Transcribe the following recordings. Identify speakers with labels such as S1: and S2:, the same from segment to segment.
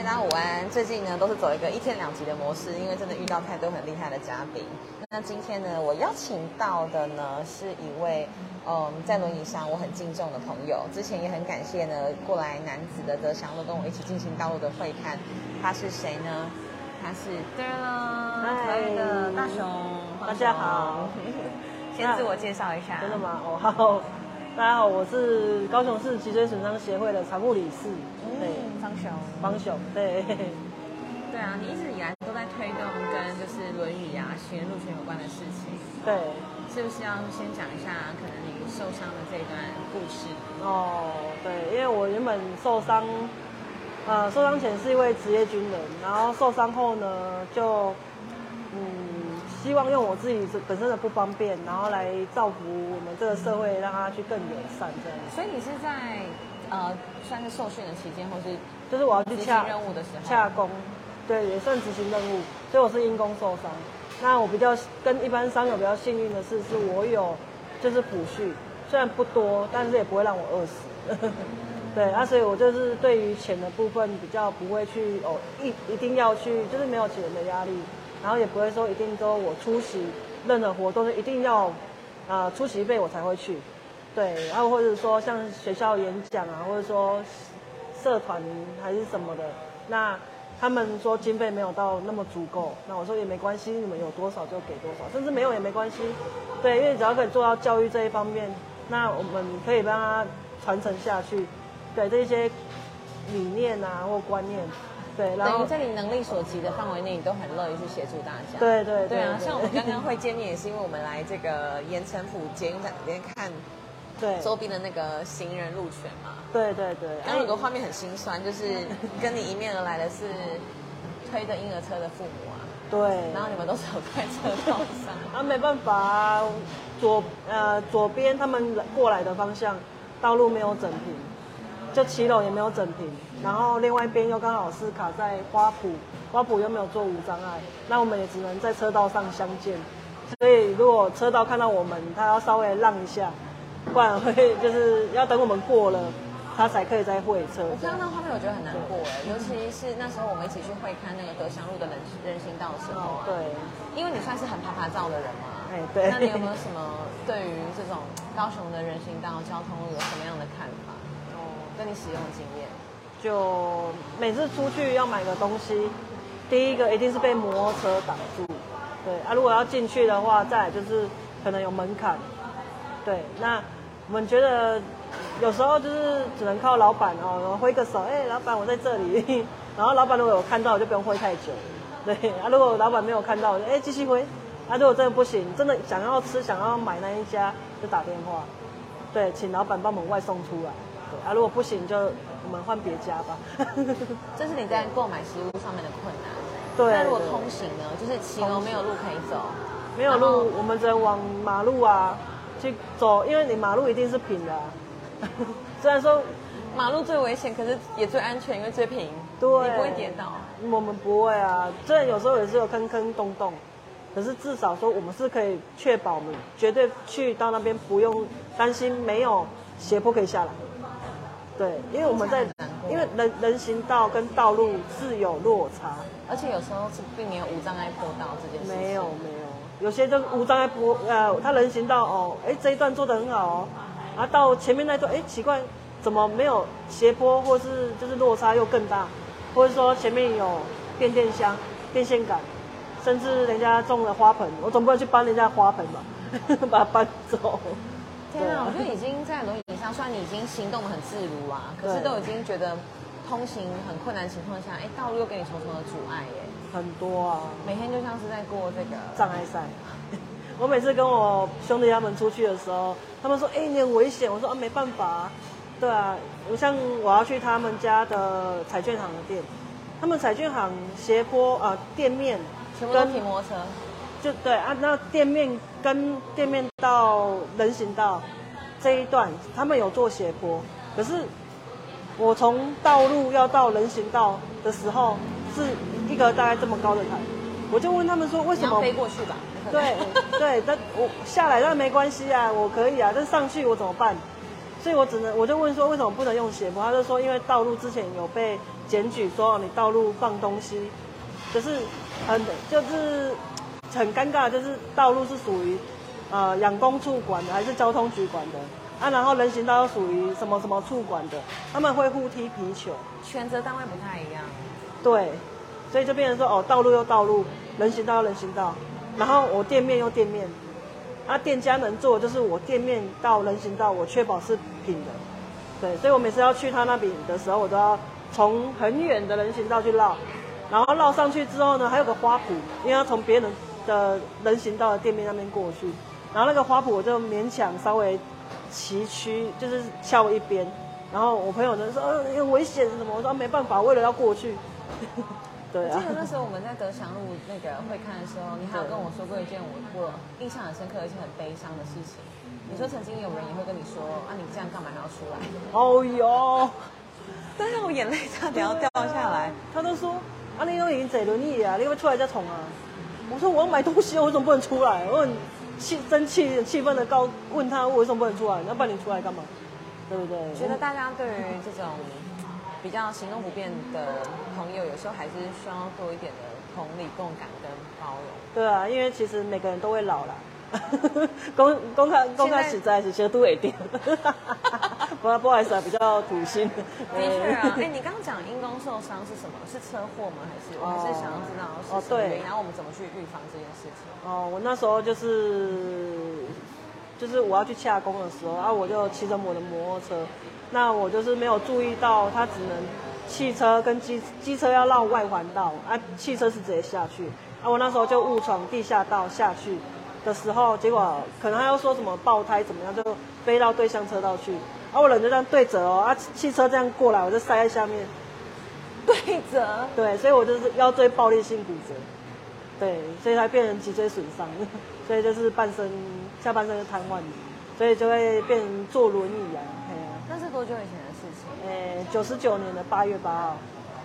S1: 大家午安。最近呢都是走一个1天2集的模式，因为真的遇到太多很厉害的嘉宾。那今天呢，我邀请到的呢是一位在轮椅上我很敬重的朋友。之前也很感谢呢过来男子的德祥路跟我一起进行道路的会看。他是谁呢？他是对了，可爱的大雄。
S2: 大家好。
S1: 先自我介绍一下。
S2: 真的吗？哦，好。大家好，我是高雄市脊椎损伤协会的常务理事。对，方雄，对。
S1: 对啊，你一直以来都在推动跟就是轮椅啊、行人路权有关的事情。
S2: 对。
S1: 是不是要先讲一下可能你受伤的这段故事？
S2: 哦，对，因为我原本受伤前是一位职业军人，然后受伤后呢，就希望用我自己本身的不方便，然后来造福我们这个社会，让它去更友善这样。
S1: 所以你是在算是受训的期间，或是
S2: 就是我要去
S1: 执行任务的时候
S2: 洽公，对，也算执行任务，所以我是因公受伤。那我比较跟一般伤友比较幸运的是我有就是抚恤，虽然不多，但是也不会让我饿死。对啊，所以我就是对于钱的部分比较不会去一定要去，就是没有钱的压力。然后也不会说一定说我出席任何活动就一定要出席费我才会去，对，然后或者说像学校演讲啊，或者说社团还是什么的，那他们说经费没有到那么足够，那我说也没关系，你们有多少就给多少，甚至没有也没关系，对，因为只要可以做到教育这一方面，那我们可以帮他传承下去，对这些理念啊或观念。对，然后
S1: 等于在你能力所及的范围内，你都很乐意去协助大家。
S2: 对
S1: 啊，像我们刚刚会见面，也是因为我们来这个盐城埔捷运站那边看周边的那个行人路权嘛。
S2: 对。
S1: 刚刚有个画面很心酸，就是跟你迎面而来的是推着婴儿车的父母啊。
S2: 对。
S1: 然后你们都走在车道上。
S2: 没办法啊，左边他们过来的方向道路没有整平。就骑楼也没有整平，然后另外一边又刚好是卡在花圃又没有做无障碍，那我们也只能在车道上相见。所以如果车道看到我们，他要稍微让一下，不然会就是要等我们过了，他才可以再会车。
S1: 我看到那画面，我觉得很难过哎，尤其是那时候我们一起去会看那个德祥路的人行道的时候
S2: 对，
S1: 因为你算是很爬照的人嘛，
S2: 对。
S1: 那你有没有什么对于这种高雄的人行道交通路有什么样的看法？跟你使用的经验，
S2: 就每次出去要买个东西，第一个一定是被摩托车挡住，对啊，如果要进去的话，再来就是可能有门槛，对，那我们觉得有时候就是只能靠老板挥个手，老板我在这里，然后老板如果有看到，我就不用挥太久，对啊，如果老板没有看到，我就继续挥，啊，如果真的不行，真的想要吃想要买那一家，就打电话，对，请老板帮我们外送出来。对啊，如果不行就我们换别家吧。
S1: 这是你在购买食物上面的困难。
S2: 对。
S1: 那如果通行呢？就是骑楼没有路可以走，
S2: 没有路，我们只能往马路去走，因为你马路一定是平的虽然说
S1: 马路最危险，可是也最安全，因为最平。
S2: 对。
S1: 你不会跌倒。
S2: 我们不会啊，虽然有时候也是有坑坑洞洞，可是至少说我们是可以确保我们绝对去到那边不用担心没有斜坡可以下来。对，因为我们因为人行道跟道路是有落差，
S1: 而且有时候是并没有无障碍坡道这件事情。
S2: 没有，有些就无障碍坡，它人行道这一段做得很好到前面那段奇怪，怎么没有斜坡，或是就是落差又更大，或者说前面有变电箱、电线杆，甚至人家种了花盆，我总不能去搬人家花盆吧，把它搬走。
S1: 天啊，我觉得已经在轮椅上，虽然你已经行动得很自如可是都已经觉得通行很困难的情况下，道路又给你重重的阻碍耶。
S2: 很多啊，
S1: 每天就像是在过这个
S2: 障碍赛。我每次跟我兄弟他们出去的时候，他们说你很危险，我说没办法对啊，像我要去他们家的彩券行的店，他们彩券行斜坡店面
S1: 全部都停摩托车。
S2: 就对啊，那店面跟店面到人行道这一段，他们有做斜坡，可是我从道路要到人行道的时候，是一个大概这么高的台，我就问他们说为什么？
S1: 你要飞过去吧？
S2: 对，但我下来那没关系啊，我可以啊，但上去我怎么办？所以我就问说为什么不能用斜坡？他就说因为道路之前有被检举说你道路放东西，就是很尴尬，就是道路是属于养工处管的还是交通局管的啊？然后人行道又属于什么什么处管的，他们会互踢皮球，
S1: 权责单位不太一样。
S2: 对，所以就变成说道路又道路，人行道又人行道，然后我店面又店面，店家能做的就是我店面到人行道我确保是平的，对，所以我每次要去他那边的时候，我都要从很远的人行道去绕，然后绕上去之后呢，还有个花圃，因为要从别人的人行道的店面那边过去，然后那个花圃我就勉强稍微崎岖，就是翘一边，然后我朋友就说有危险什么，我说没办法，为了要过去。对啊。
S1: 我记得那时候我们在德祥路那个会看的时候，你还有跟我说过一件我印象很深刻而且很悲伤的事情。你说曾经有人也会跟你说你这样干嘛还要出来？
S2: 哦哟，
S1: 但是我眼泪差点要掉下来。
S2: 他都说你都已经坐轮椅啊，你会出来再冲啊？我说我要买东西，我为什么不能出来？我很生气、气愤的问他，我为什么不能出来？要不然你出来干嘛？对不对？
S1: 觉得大家对于这种比较行动不便的朋友，有时候还是需要多一点的同理、共感跟包容。
S2: 对啊，因为其实每个人都会老啦。公开实在是其实都会点。不好意思啊，比较土星。
S1: 的确啊，你刚刚讲因公受伤是什么？是车祸吗？还是我还是想要知道是什么原因，然后我们怎么去预防这件事情？
S2: 我那时候就是我要去洽公的时候我就骑着我的摩托车，那我就是没有注意到它只能汽车跟机车要绕外环道汽车是直接下去我那时候就误闯地下道下去的时候，结果可能他要说什么爆胎怎么样，就飞到对向车道去我人就这样对折汽车这样过来，我就塞在下面
S1: 对折。对，
S2: 所以我就是腰椎爆裂性骨折，对，所以才变成脊椎损伤，所以就是下半身就瘫痪，所以就会变成坐轮椅
S1: 那是多久以前的事情
S2: ？99年的8月8号，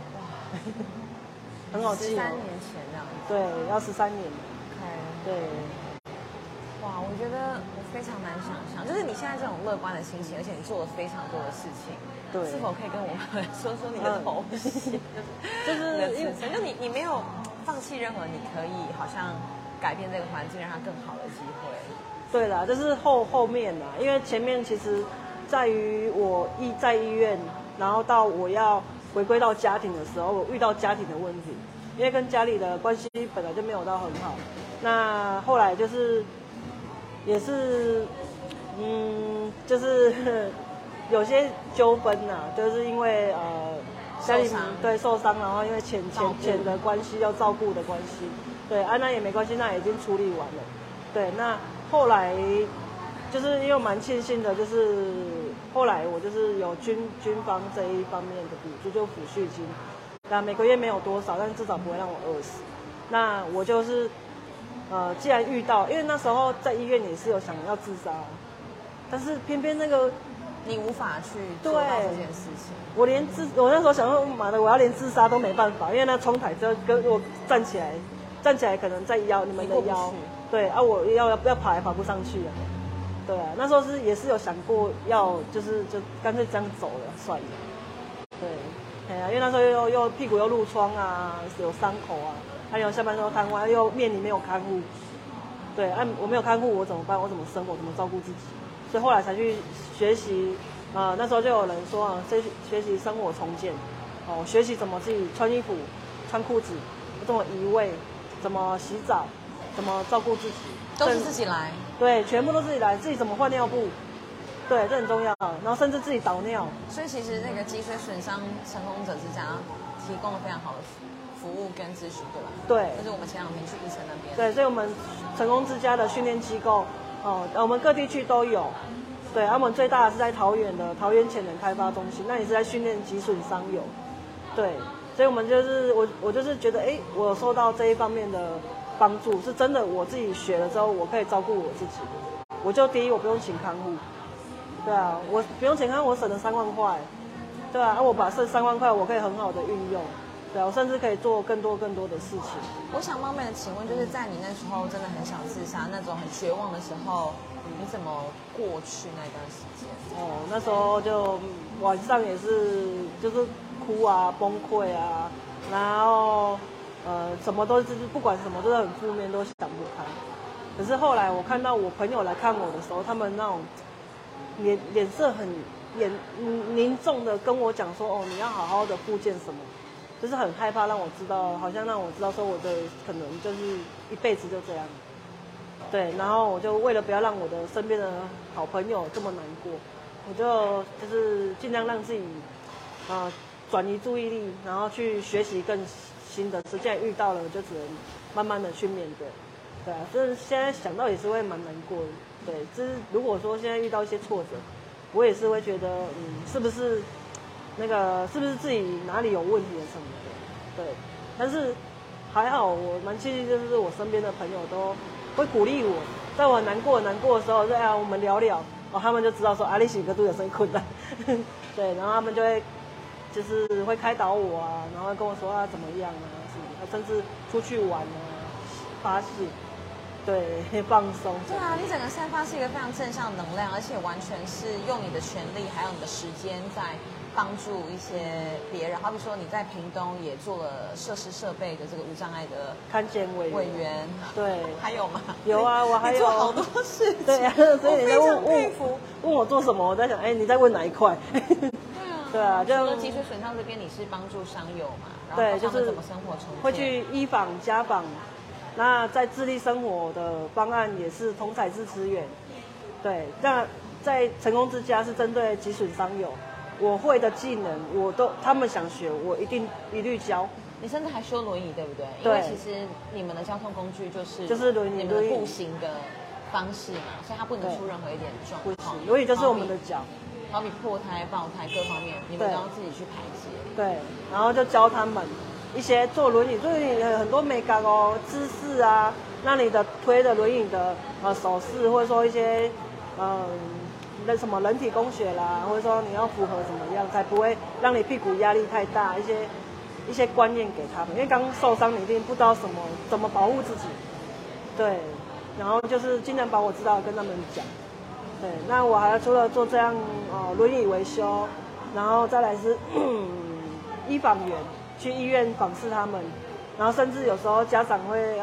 S2: 很好记
S1: 13年前这样子。
S2: 对，要13年。对。
S1: 哇，我觉得我非常难想象，就是你现在这种乐观的心情，而且你做了非常多的事情，
S2: 对，
S1: 是否可以跟我们说说你的头衔？就是就你没有放弃任何你可以好像改变这个环境让它更好的机会。
S2: 对啦，这是后面啦，因为前面其实在于我在医院，然后到我要回归到家庭的时候，我遇到家庭的问题，因为跟家里的关系本来就没有到很好，那后来就是也是就是有些纠纷就是因为家里对受伤，然后因为钱的关系，要照顾的关系，对那也没关系，那已经处理完了。对，那后来就是因为蛮庆幸的，就是后来我就是有军方这一方面的补助，就抚恤金，那每个月没有多少，但是至少不会让我饿死。那我就是既然遇到，因为那时候在医院也是有想要自杀，但是偏偏那个
S1: 你无法去做到这件事情。
S2: 我那时候想说，妈的，我要连自杀都没办法，因为那冲台车跟我站起来可能在腰你们的腰，对我要跑还跑不上去对那时候也是有想过就干脆这样走了算了，对，因为那时候又屁股又褥疮有伤口还有下半身瘫痪，又面临没有看护，对，我没有看护我怎么办？我怎么生活？怎么照顾自己？所以后来才去学习，那时候就有人说学习生活重建，学习怎么自己穿衣服、穿裤子，怎么移位，怎么洗澡，怎么照顾自己，
S1: 都是自己来。
S2: 对，全部都自己来，自己怎么换尿布，对，这很重要。然后甚至自己导尿。
S1: 所以其实那个脊髓损伤成功者之家提供了非常好的服务跟咨询，对吧？
S2: 对，
S1: 就是我们前2天去医生那边。
S2: 对，所以我们成功之家的训练机构，我们各地区都有。对，我们最大的是在桃园的桃园潜能开发中心，那也是在训练脊损伤友。对，所以我们就是我就是觉得，我有受到这一方面的帮助，是真的，我自己学了之后，我可以照顾我自己。我就第一，我不用请看护。对啊，我不用请看护，我省了3万块。对啊，我把这3万块，我可以很好的运用。对啊，我甚至可以做更多的事情。
S1: 我想冒昧的请问，就是在你那时候真的很想自杀、那种很绝望的时候，你怎么过去那段时间？
S2: 那时候就晚上也是，就是哭啊、崩溃啊，然后什么都是不管什么都是很负面，都想不开。可是后来我看到我朋友来看我的时候，他们那种脸色很凝重的跟我讲说，哦，你要好好的复健什么，就是很害怕让我知道，好像让我知道说我的可能就是一辈子就这样。对，然后我就为了不要让我的身边的好朋友这么难过，我就是尽量让自己转移注意力，然后去学习更新的事。既然遇到了，就只能慢慢的去面对。对啊，就是现在想到也是会蛮难过的。对，就是如果说现在遇到一些挫折，我也是会觉得，是不是自己哪里有问题什么的。对，但是还好，我蛮庆幸，就是我身边的朋友都会鼓励我，在我难过的时候，就我们聊聊，他们就知道说你是个都有生困难，对，然后他们就会就是会开导我啊，然后会跟我说怎么样啊什么的，甚至出去玩啊，发泄，对，放松。
S1: 对啊，你整个散发是一个非常正向能量，而且完全是用你的权利还有你的时间在帮助一些别人。好比说你在屏东也做了设施设备的这个无障碍的
S2: 看检委
S1: 员，
S2: 对，
S1: 还有吗？
S2: 有啊，我还有
S1: 做好多事情。
S2: 对啊，所以你在问我做什么，我在想，你在问哪一块？对啊，就
S1: 除了脊髓损伤这边，你是帮助伤友嘛？然后
S2: 对，就是
S1: 怎么生活重建，
S2: 会去医访、家访。那在自立生活的方案也是同采自支援。对，那在成功之家是针对脊损伤友，我会的技能他们想学，我一律教。
S1: 你甚至还修轮椅，对不对？
S2: 对。
S1: 因为其实你们的交通工具
S2: 就是轮椅，
S1: 你们的步行的方式嘛，所以它不能出任何一点状况。
S2: 轮椅就是我们的脚。
S1: 好比破胎、爆胎各方面，你们都要自己去排解。
S2: 对，然后就教他们一些坐轮椅很多美感哦，姿势啊，让你的推的轮椅的手势，或者说一些什么人体工学啦，或者说你要符合怎么样，才不会让你屁股压力太大，一些观念给他们，因为刚受伤你一定不知道怎么保护自己，对，然后就是尽量把我知道的跟他们讲。对，那我还除了做这样轮椅维修，然后再来是医访员去医院访视他们，然后甚至有时候家长会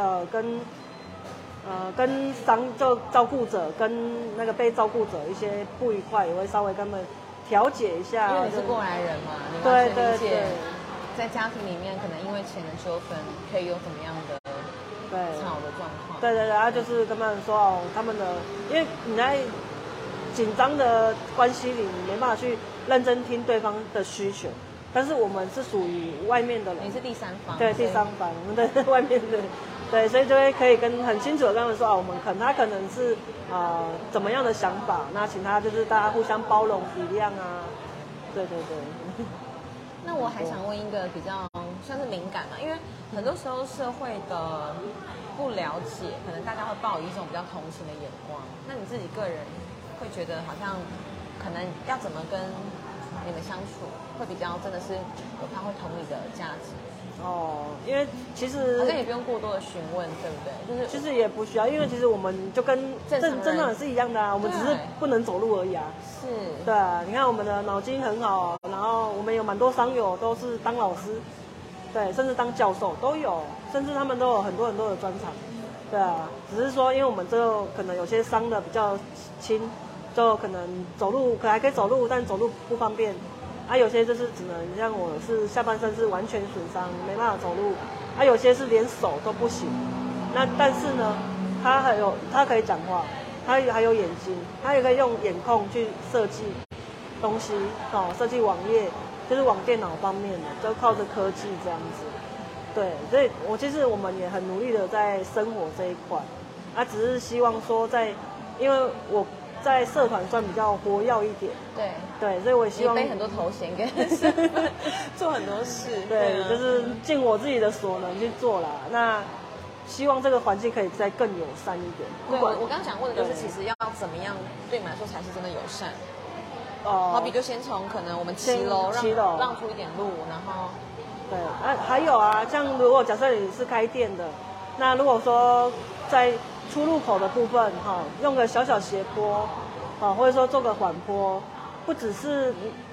S2: 跟照顾者跟那个被照顾者一些不愉快，也会稍微跟他们调解一下。
S1: 因为你是过来人嘛，你完全理解在家庭里面可能因为钱的纠纷可以有怎么样的吵的状况。
S2: 对，然后就是跟他们说他们的，因为你在紧张的关系里，你没办法去认真听对方的需求，但是我们是属于外面的人，
S1: 你是第三方，
S2: 对，第三方，我们在外面的，对，所以就会可以很清楚的跟他们说我们他可能是怎么样的想法，那请他就是大家互相包容体谅啊，对。
S1: 那我还想问一个比较算是敏感嘛，因为很多时候社会的不了解，可能大家会抱以一种比较同情的眼光，那你自己个人会觉得好像可能要怎么跟你们相处，会比较真的是有他会同理的价值。
S2: 因为其实
S1: 好像也不用过多的询问，对不对？就是
S2: 其实也不需要，因为其实我们就跟正常人是一样的啊，我们只是不能走路而已啊。
S1: 是。
S2: 对啊，你看我们的脑筋很好，然后我们有蛮多伤友都是当老师，对，甚至当教授都有，甚至他们都有很多的专长。对啊，只是说因为我们就可能有些伤的比较轻，就可能走路还可以走路，但走路不方便。有些就是只能像我是下半身是完全损伤，没办法走路。有些是连手都不行。那但是呢，他可以讲话，他还有眼睛，他也可以用眼控去设计东西，设计网页，就是往电脑方面的，就靠着科技这样子。对，所以其实我们也很努力的在生活这一块，只是希望说因为我在社团算比较活跃一点，对，所以我也希望
S1: 背很多头衔跟做很多事，
S2: 对，就是尽我自己的所能去做啦。那希望这个环境可以再更友善一点。
S1: 对，我刚刚想问的就是，其实要怎么样对你们来说才是真的友善？好比就先从可能我们7楼让出一点路，然后
S2: 对，还有像如果假设你是开店的，那如果说在出入口的部分用个小斜坡，或者说做个缓坡，不只是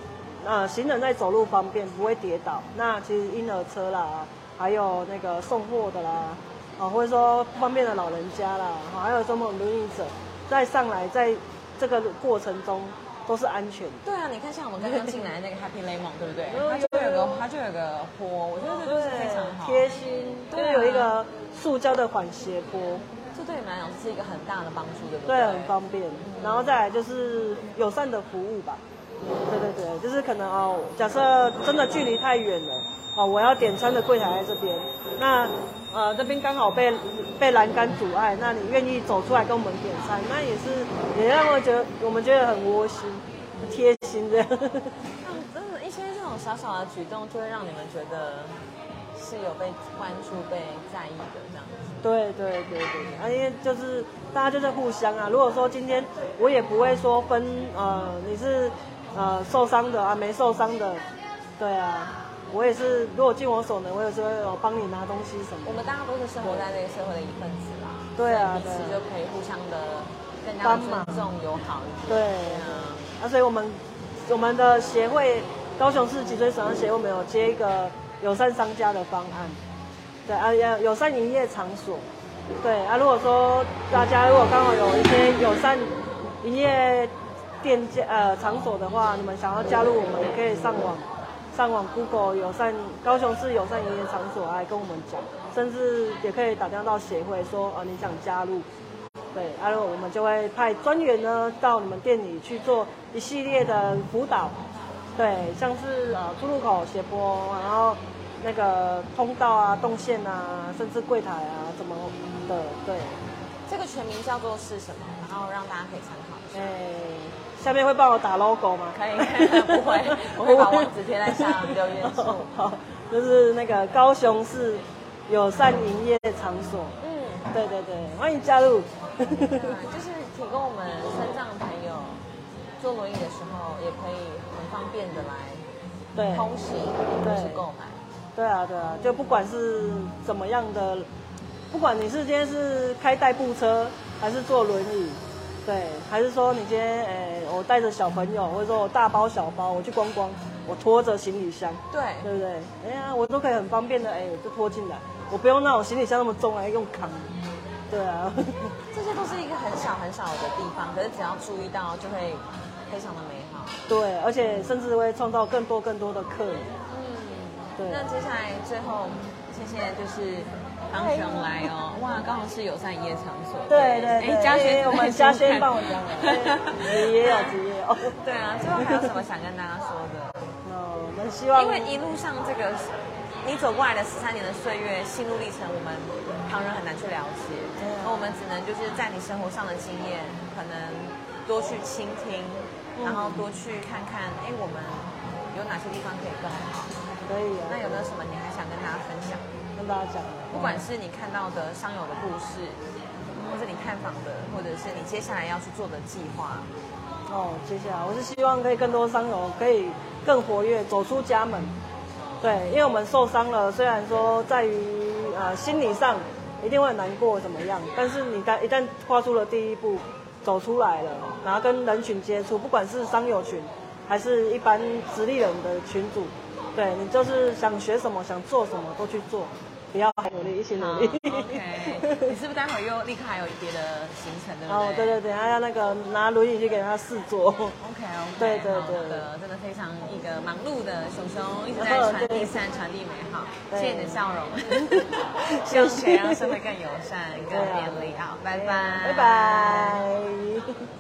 S2: 行人在走路方便，不会跌倒。那其实婴儿车啦，还有那个送货的啦，或者说不方便的老人家啦，还有什么轮椅者，再上来，在这个过程中都是安全的。
S1: 对啊，你看像我们刚刚进来那个 Happy Lemon， 对不对？它就有个坡，我觉得这就是非常好，
S2: 贴心，就是有一个塑胶的缓斜坡。
S1: 这对你们来讲是一个很大的帮助，对不
S2: 对？对，很方便。然后再来就是友善的服务吧。对对对，就是可能假设真的距离太远了，我要点餐的柜台在这边，那这边刚好被栏杆阻碍，那你愿意走出来跟我们点餐，那也让我们觉得很窝心、贴心这样。真
S1: 的，一些这种小小的举动，就会让你们觉得是有被关注、被在意的这样子。
S2: 对，因为就是大家就是互相啊。如果说今天我也不会说分你是受伤的啊，没受伤的，对啊，我也是，如果尽我所能，我也是会帮你拿东西什么。
S1: 我们大家都是生活在这个社会的一份子啦，
S2: 对啊，
S1: 彼此就可以互相的更加尊重友好一点。
S2: 对啊，所以我们的协会高雄市脊椎损伤协会，我们有接一个友善商家的方案。对啊，友善营业场所，对啊，如果说大家如果刚好有一些友善营业店家场所的话，你们想要加入我们，也可以上网 Google 高雄市友善营业场所来跟我们讲，甚至也可以打电话到协会说你想加入，对，我们就会派专员呢到你们店里去做一系列的辅导，对，像是出入口斜坡，然后那个通道啊、动线啊，甚至柜台啊，怎么的，对。
S1: 这个全名叫做是什么？然后让大家可以参考一下。
S2: 下面会帮我打 logo 吗？
S1: 可以，不会，我会把网址贴在下留言处。
S2: 好，就是那个高雄市友善营业场所。对，欢迎加入。
S1: 就是提供我们身障朋友坐轮椅的时候，也可以很方便的来通行或是购买。
S2: 对啊，就不管是怎么样的，不管你是今天是开代步车，还是坐轮椅，对，还是说你今天我带着小朋友，或者说我大包小包我去观光，我拖着行李箱，对不对？我都可以很方便的就拖进来，我不用那种行李箱那么重来用扛。对啊，
S1: 这些都是一个很小很小的地方，可是只要注意到，就会非常的美好。
S2: 对，而且甚至会创造更多的客人。对。
S1: 那接下来最后，谢谢就是康雄来哦，哇，高雄市友善营业场所。
S2: 对，
S1: 嘉轩，
S2: 我们嘉轩帮我讲了，也有。
S1: 对啊，最后还有什么想跟大家说的？
S2: 我们希望，
S1: 因为一路上这个你走过来的13年的岁月，心路历程，我们旁人很难去了解，那我们只能就是在你生活上的经验，可能多去倾听，然后多去看看，我们有哪些地方可以更好。
S2: 可以啊。
S1: 那有没有什么你还想跟大家分享？
S2: 跟大家讲，
S1: 不管是你看到的商友的故事，或者你探访的，或者是你接下来要去做的计划。
S2: 接下来我是希望可以更多商友可以更活跃，走出家门。对，因为我们受伤了，虽然说在于心理上一定会很难过怎么样，但是你一旦跨出了第一步，走出来了，然后跟人群接触，不管是商友群还是一般直立人的群组，对，你就是想学什么想做什么都去做，不要努力，一起努力。
S1: OK， 你是不是待会又立刻还有别的行程，对不
S2: 对？对，还要那个拿轮椅去给他试坐。
S1: OK，
S2: 对，
S1: 真的非常一个忙碌的熊熊，一直在传递善，传递美好。谢谢你的笑容，希望可以让社会更友善、更便利。好，拜拜，
S2: 拜拜。